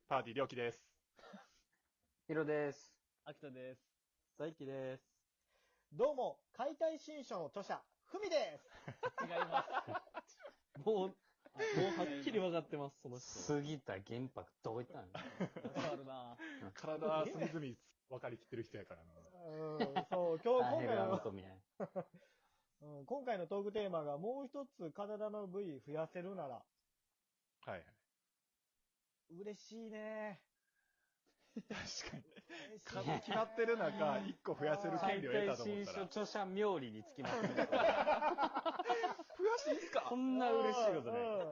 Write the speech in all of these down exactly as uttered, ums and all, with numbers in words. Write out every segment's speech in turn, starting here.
パーティーりょうきです。 ひろです。 秋田です。 大輝です。 どうも、解体新書の著者、ふみです。 違います。 もう、もうはっきり分かってます、その人。 杉田玄白、どこ行ったのわかるな体は隅々分かりきってる人やからな。 うん、そう、今日、今回の、うん、今回のトークテーマがもう一つ体の部位増やせるなら。 はいはい。 嬉しいね。 確かに。数決まってる中、一個増やせる権利を得たと思ったら。 解体新書著者冥利につきますね。 増やしていいっすか？ こんな嬉しいことない。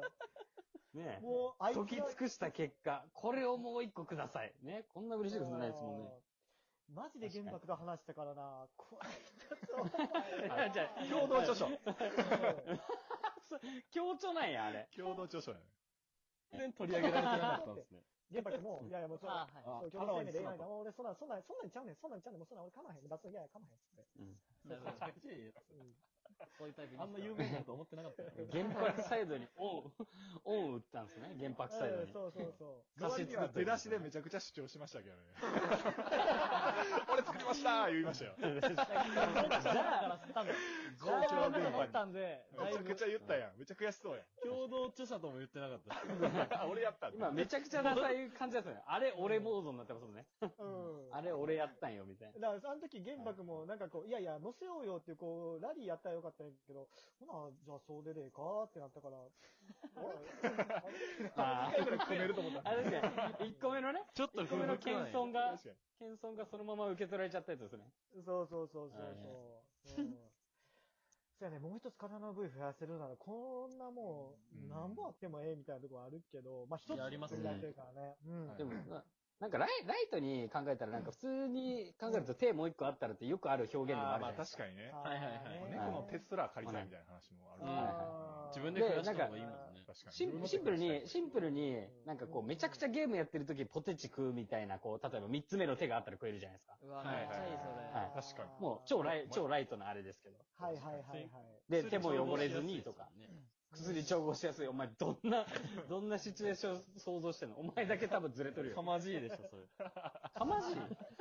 ねえ。もう、あいつ解き尽くした結果、これをもう一個ください。ね。こんな嬉しいことないですもんね。 マジで玄白と話したからな。これ、ちょっと。 じゃあ、共同著書。 共著なんや、あれ。 共同著書やね。 全然取り上げられてなかったんですね。 玄白も、いやいや、もうそう、 あ、はい。 そう、共同生命でいないから、もう俺、そんな、そんな、そんなんちゃうねん、そんなんちゃうねん、もうそんな俺かまへん。脱いやいや、かまへんっつって。 うん。 なるほど。そういうタイプに。 あんな有名だと思ってなかったよ。 玄白サイドにオン、オン打ったんですね。玄白サイドに。 そうそうそう。 代わりには出だしでめちゃくちゃ主張しましたけどね。俺作りましたー言いましたよ。 じゃあ、じゃあ、ったんだよ。 校長で思ったんで、 めちゃくちゃ言ったやん。めちゃ悔しそうやん。 共同著者とも言ってなかった。 俺やったんだ。 今めちゃくちゃダサい感じだったね。あれ俺モードになってますもんね。 うん。 あれ俺やったんよ、みたいな。 だから、あの時玄白もなんかこう、いやいや、乗せようよっていう、こう、ラリーやったらよかったんやけど、ほな、じゃあそうでねえかーってなったから、 ああれ込めると思った。 あれですね。一個目のね、 ちょっと一個目の謙遜が、 確かに。 謙遜がそのまま受け取られちゃったやつですね。 そうそうそうそうそう。うんそうやね、もう一つ体の部位増やせるなら、こんなもう、なんぼあってもええみたいなところあるけど、まあ一つありますねやってるからね。うん。 でも、ななんかライライトに考えたらなんか普通に考えると手もう一個あったらってよくある表現でもあるじゃまあないですか。 確かにね。 はいはいはい。 猫の手すら借りたいみたいな話もある。 あ自分で増やした方がいいもんね。 確かに。 シンシンプルに、シンプルに、なんかこう、めちゃくちゃゲームやってる時ポテチ食うみたいな、こう、例えば三つ目の手があったら食えるじゃないですか。 うわ、めっちゃいい、それ。 はい確かに。 もう、超ライ、超ライトなあれですけど。 はいはいはいはい。 で、手も汚れずにとか。薬調合しやすい。お前、どんな、どんなシチュエーション想像してんの？お前だけ多分ずれとるよ。 かまじいでしょ、それ。 かまじい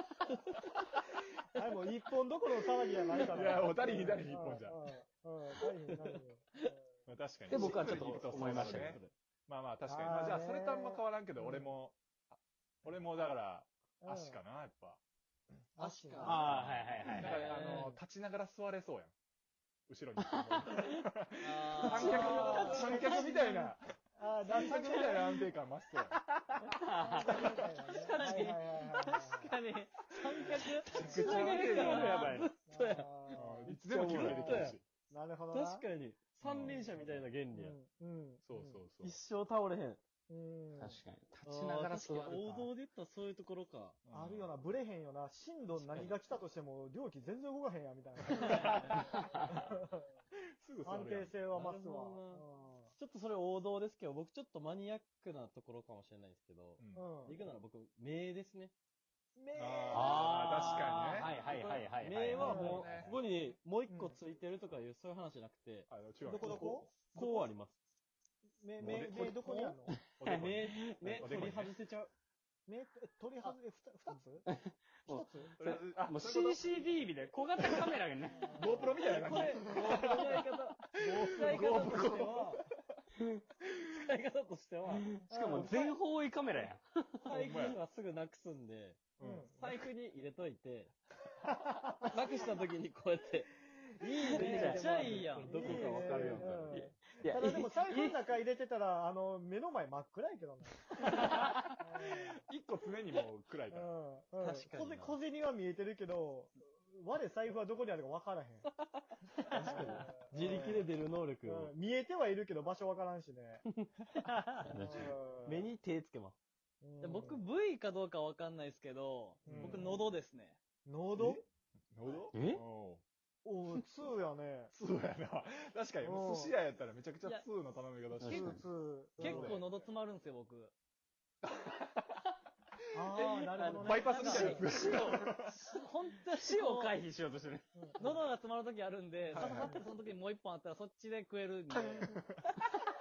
あれもう一本どころの騒ぎじゃないから。 いや、おたり左に一本じゃ。 うん、うん、足りひん足りひん。 まあ確かに。 で、僕はちょっと思いましたね。 まあまあ確かに。まあじゃあそれとあんま変わらんけど、俺も、俺もだから、足かな、やっぱ。 足か。 ああ、はいはいはい。 だから、あの、立ちながら座れそうやん。後ろに。 あー三脚、三脚みたいな。 ああ、 三脚みたいな安定感増しそうやん。 確かに。確かに。三脚立ちながらやばい。 そうや。 いつでも休憩できるし。 なるほどな。 確かに。三輪車みたいな原理や。 うん。 そうそうそう。 一生倒れへん。 うん。 確かに。立ちながら座るか。 王道で言ったらそういうところか。 あるよな、ブレへんよな。震度何が来たとしても、猟奇全然動かへんや、みたいな。 すぐ座安るやん。 定性は増すなるわ。 ほちょっとそれ王道ですけど、僕ちょっとマニアックなところかもしれないですけど、 うんうん。 行くなら僕、目ですね。 目あー確かにね。 はいはいはいはい。 目はもう、 はいはいはいここにもう一個ついてるとかいう、そういう話じゃなくて、 あ、違う。 どこどここうあります。 目、目、目どこにあるの目、目おでこに取り外せちゃう。 目、え取り外れ、ふた、二つもう一つあ、 もう シーシーディー みたいな小型カメラがね。 GoPro みたいな感じ。 使い方、使い方としては、使い方としては、 しかも全方位カメラやん。 財布はすぐなくすんで、 うん。 財布に入れといて、なくした時にこうやって、 いいね。 めっちゃいいやん。 どこかわかるようになる。 いやただでも財布の中入れてたら、あの、目の前真っ暗いけどね。 一個常にもう暗いから。 うん。 確かにな小銭は見えてるけど、我財布はどこにあるか分からへん。 確かに。自力で出る能力をうん。見えてはいるけど場所分からんしね。 目に手つけます。 うんで僕、V かどうかわかんないですけど、 うん僕、喉ですね。 喉喉えおおう、ツーやね。 ツーやな。確かに、 うん寿司屋やったらめちゃくちゃツーの頼み方してる。 確かにツー。 結構喉詰まるんですよ、僕。 ああ、なるほどね。 バイパスみたいなやつ。 死を、本当に死を回避しようとしてる。 喉が詰まる時あるんで、さささってその時にもう一本あったらそっちで食えるんで。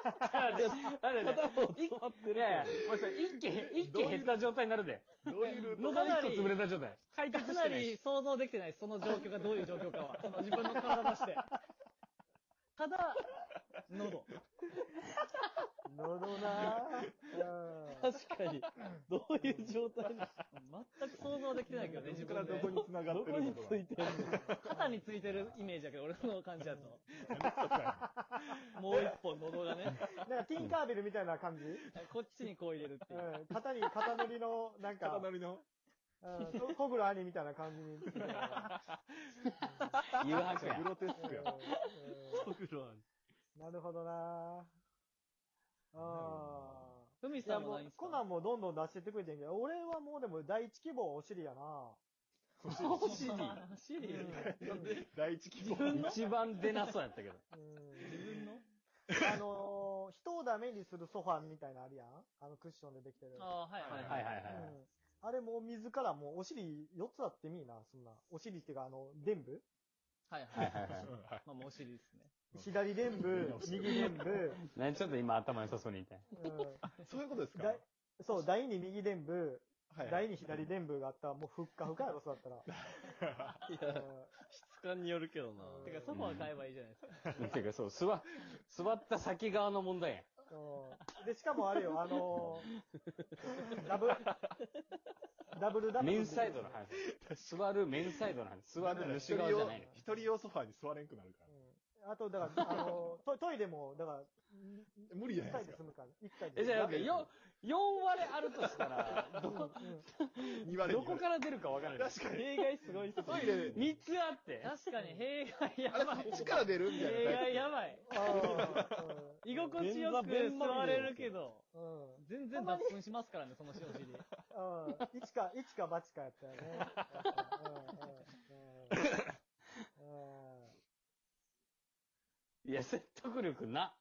あれね、いやいや、もうそれ一気、一気減った状態になるで。 どういうルート喉一個潰れた状態。解決かなしてないし。 り想像できてないです。その状況がどういう状況かは。その自分の体として。ただ、喉。 喉なぁ。 確かに。どういう状態な全く想像できてないけどね、自分で。 どこからどこに繋がってるのか。 どこについてんの肩についてるイメージだけど、俺の感じだと。 とかもう一本喉がね。 なんかティンカーベルみたいな感じこっちにこう入れるっていう。 うん。肩に、肩乗りの、なんか、 肩乗りの。 うん。こ小黒兄みたいな感じについてる。 誘白やグ。ロテスクや。 小黒兄。 なるほどなぁ。ああ。 ふみいやもうさんは何です、かコナンもどんどん出してってくれてんけど、俺はもうでも第一希望お尻やなお尻。 お尻第一希望。 一番出なそうやったけど。 うん。 自分のあのー、人をダメにするソファーみたいなのあるやんあのクッションでできてる。 ああ、はいはいはいはいはい。 うん。あれもう自らもうお尻よっつあってみーな、そんな。お尻っていうかあの、臀部はいはいはい。 はいはい。 まあもうお尻ですね。 左臀部、右臀部、 ね、ちょっと今頭良さそうに言って。 うん。 そういうことですかだそう、第二右臀部、 はい第二左臀部があったらもうふっかふかやろ、そうだったら。 いや、質感によるけどな。 てかソファー買えばいいじゃないですか。 てかそう、座、座った先側の問題やん。 うんで、しかもあれよ、あのー、ダブ、ダブルダブル。 メンサイドの話。座るメンサイドの話。座る主側じゃないの。 一人用ソファーに座れんくなるから。 うん。あと、だから、あのー、トトイレも、だから、 無理じゃ一ないですか。 回で済むから。一回で。 え、じゃあ、よ、よん割あるとしたら、どこ、 に割どこから出るかわからない。 確かに。 弊害すごいっすね。 トイレで、 みっつあって。 確かに弊害やあれ、 ばい。 そっちから出るみたいな。 弊害やばい。 あ居心地よく座れるけど、 ーうん。うん。 全然脱粉しますからね、そのお尻。 うん。一か、一か八かやったよね。うん。うん。うん。うん。 いや、説得力な。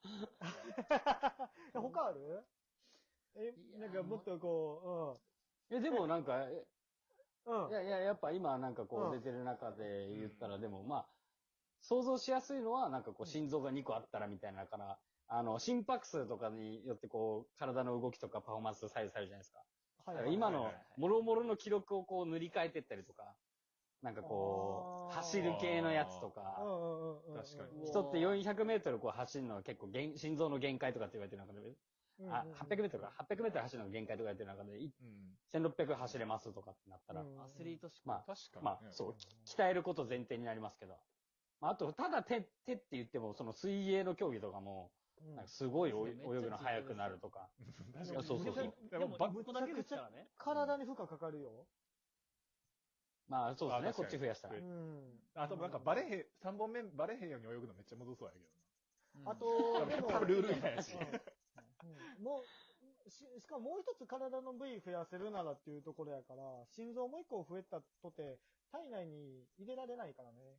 他あるえ、なんかもっとこえ、でもなんか、えう、うん。うんい。やいや、やっぱ今なんかこうんう出てる中で言ったら、でもまあ、想像しやすいのはなんかこう心臓がにこあったらみたいなから、あの、心拍数とかによってこう、体の動きとかパフォーマンス左右されるじゃないですか。 はいだから今のはいはいはい、 もろもろの記録をこう塗り替えてったりとか、なんかこう、 あー走る系のやつとうか、 んうんうんうん。 確かに人ってよんひゃくメートルこう走るのは結構限心臓の限界とかって言われてる中で、 うんあ、はっぴゃくメートルか、はっぴゃくメートル走るのが限界とか言ってる中で、いうん。 せんろっぴゃく走れますとかってなったら、 うんアスリート志向。 まあ、 確かに。 まあ、そう、鍛えること前提になりますけど、まあ、あと、ただ手、手って言っても、その水泳の競技とかも、 うんなんかすごい泳めっちゃ泳ぐの速くなるとか。 確かに。 いやそうそうそう。 でも、一個だけですからね。 体に負荷かかるよ。 まあ、そうですね、こあ確かにっち増やしたらう。ん。 あとなんかバレへん、三本目バレへんように泳ぐのめっちゃむずそうやけどうんあ、と、でも、 多分ルール違反やしうんうんもう、し、しかももう一つ体の部位増やせるならっていうところやから、心臓もう一個増えたとて、体内に入れられないからね。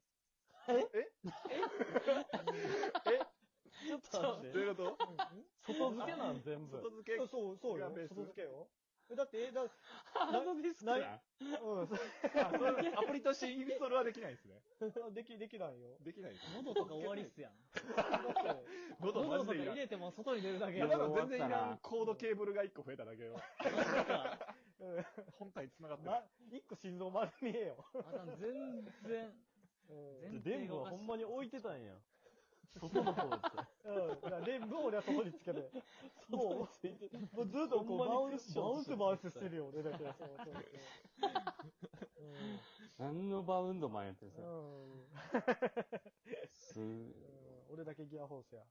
ちょっと待って。 どういうこと外付けなん全部。 外付けそう、そう、そうよがベー。ス外付けよ。えだって、え、だ、 ハードディスクないな。 うん、そあそれアプリとしてインストールはできないんですね。 でき、できないよ。 できないです。 喉とか終わりっすやん。 だって、 喉喉とかマジでいらん。 入れても外に出るだけやん。 ただの全然いらんコードケーブルがいっこ増えただけよ。 うん本体繋がってる。 ま、一個心臓丸見えよ。 あかん全然。 うん。 全電部はほんまに置いてたんや。外の方って。 うん。だからレンブを俺は外につけて。もついてた。 う、もうずっとこう、 ほんまバウンス、 にクッションバウンスバウンスしてるよ、俺だけは。そうそうそう。 何のバウンドマンやってるんですか。 うん。うん。 すうん俺だけギアホースや。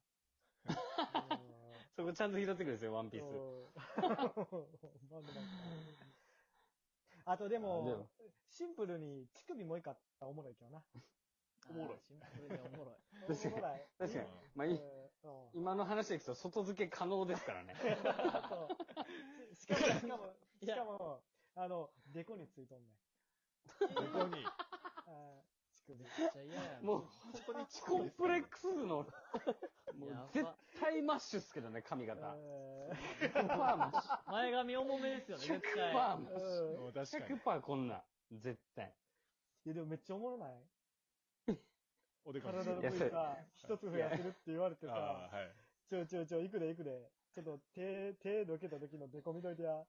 そこちゃんと拾ってくるんですよ、ワンピース。 うんなんでなんかあとであでもも、 シンプルに乳首もう一個あったらおもろいけどな。 おもろいあーシンプルにおもろい。 確かにおもろい。 確かに。まあ、いうんうん今の話でいくと、外付け可能ですからね。 そうしかも、しかも、しかも、あの、デコについとんねん。 どこにあー乳首。 めっちゃ嫌やん。 もう、 本当にコンプレックスの、もうやば絶対マッシュっすけどね、髪型。 えひゃくパーセントマッシュ。 前髪重めですよね、絶対。 ひゃくパーセントマッシュ。 ーうんもう確かに。 ひゃくパーセントこんなん。絶対。 いや、でもめっちゃおもろないおでこに体の部位いやそれさ、一つ増やせるって言われてあさ、 あ、はい。 ちょちょちょ、行くで行くで。ちょっと手、手どけた時のデコ見といてや。うわ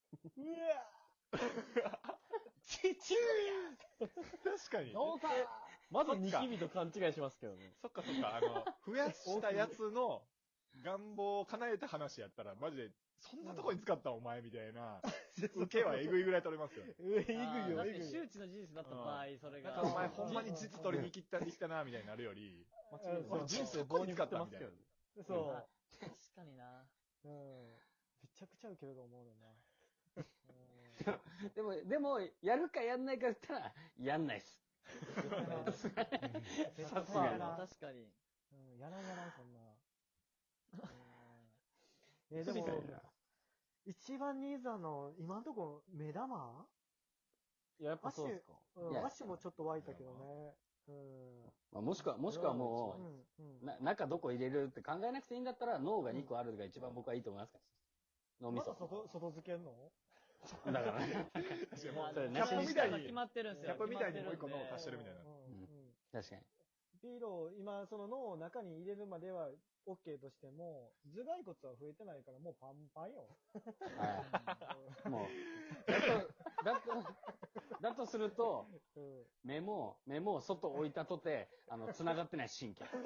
ちち確かに。 どうかまずニキビと勘違いしますけどね。 そっかそっか、あの、増やしたやつの願望を叶えた話やったら、マジで、そんなとこに使ったお前みたいな、受けはえぐいぐらい取れますよね。 うえ、行くよ、 あー確かに行くよ。 周知の事実だった場合、それが。 なんかお前ほんまに実取りに来たりしたな、みたいになるより、 間違いない。 そう人生棒に振ってますけどね。 そ確かにな。 う。うん。めちゃくちゃウケると思うねんな。 でも、でも、やるかやんないか言ったら、やんないっす。 うん。 さすがやにらん確かに。 うん、やらんやらん、そんな。うんえ、でもみたいな、 一番ニーザの、今んとこ、目玉いや、やっぱそうですか。 うん、 いや足もちょっと湧いたけどね。うん。 まあ、もしくは、もしくはもうん、うんう、。な、中どこ入れるって考えなくていいんだったら、脳がにこあるのが一番僕はいいと思いますから。脳みそ。 まだ外、外付けんのだからね。 確かにもう、 それキャップみたいに、 決まってるんですよ。 キャップみたいにもう一個脳を足してるみたいな。 うん、うん。 確かに。 ピーロー、今、その脳を中に入れるまでは OK としても、頭蓋骨は増えてないからもうパンパンよ。 はい。もう、だと、だと、だとすると、 うん。 目も、目も外置いたとて、あの、繋がってない神経。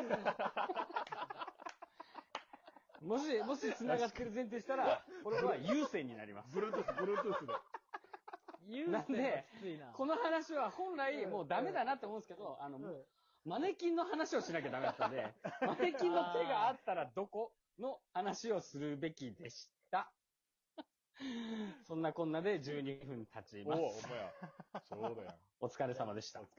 もし、もし繋がってる前提したら、これは有線になります。 ブルートゥース、ブルートゥースで。 優なんで勢はきついな。 この話は本来もうダメだなって思うんですけど、あの、 うんマネキンの話をしなきゃダメだったんで、マネキンの手があったらどこの話をするべきでした。そんなこんなでじゅうにふん経ちおお、 ます。 お前や。そうだよ。 お疲れ様でした。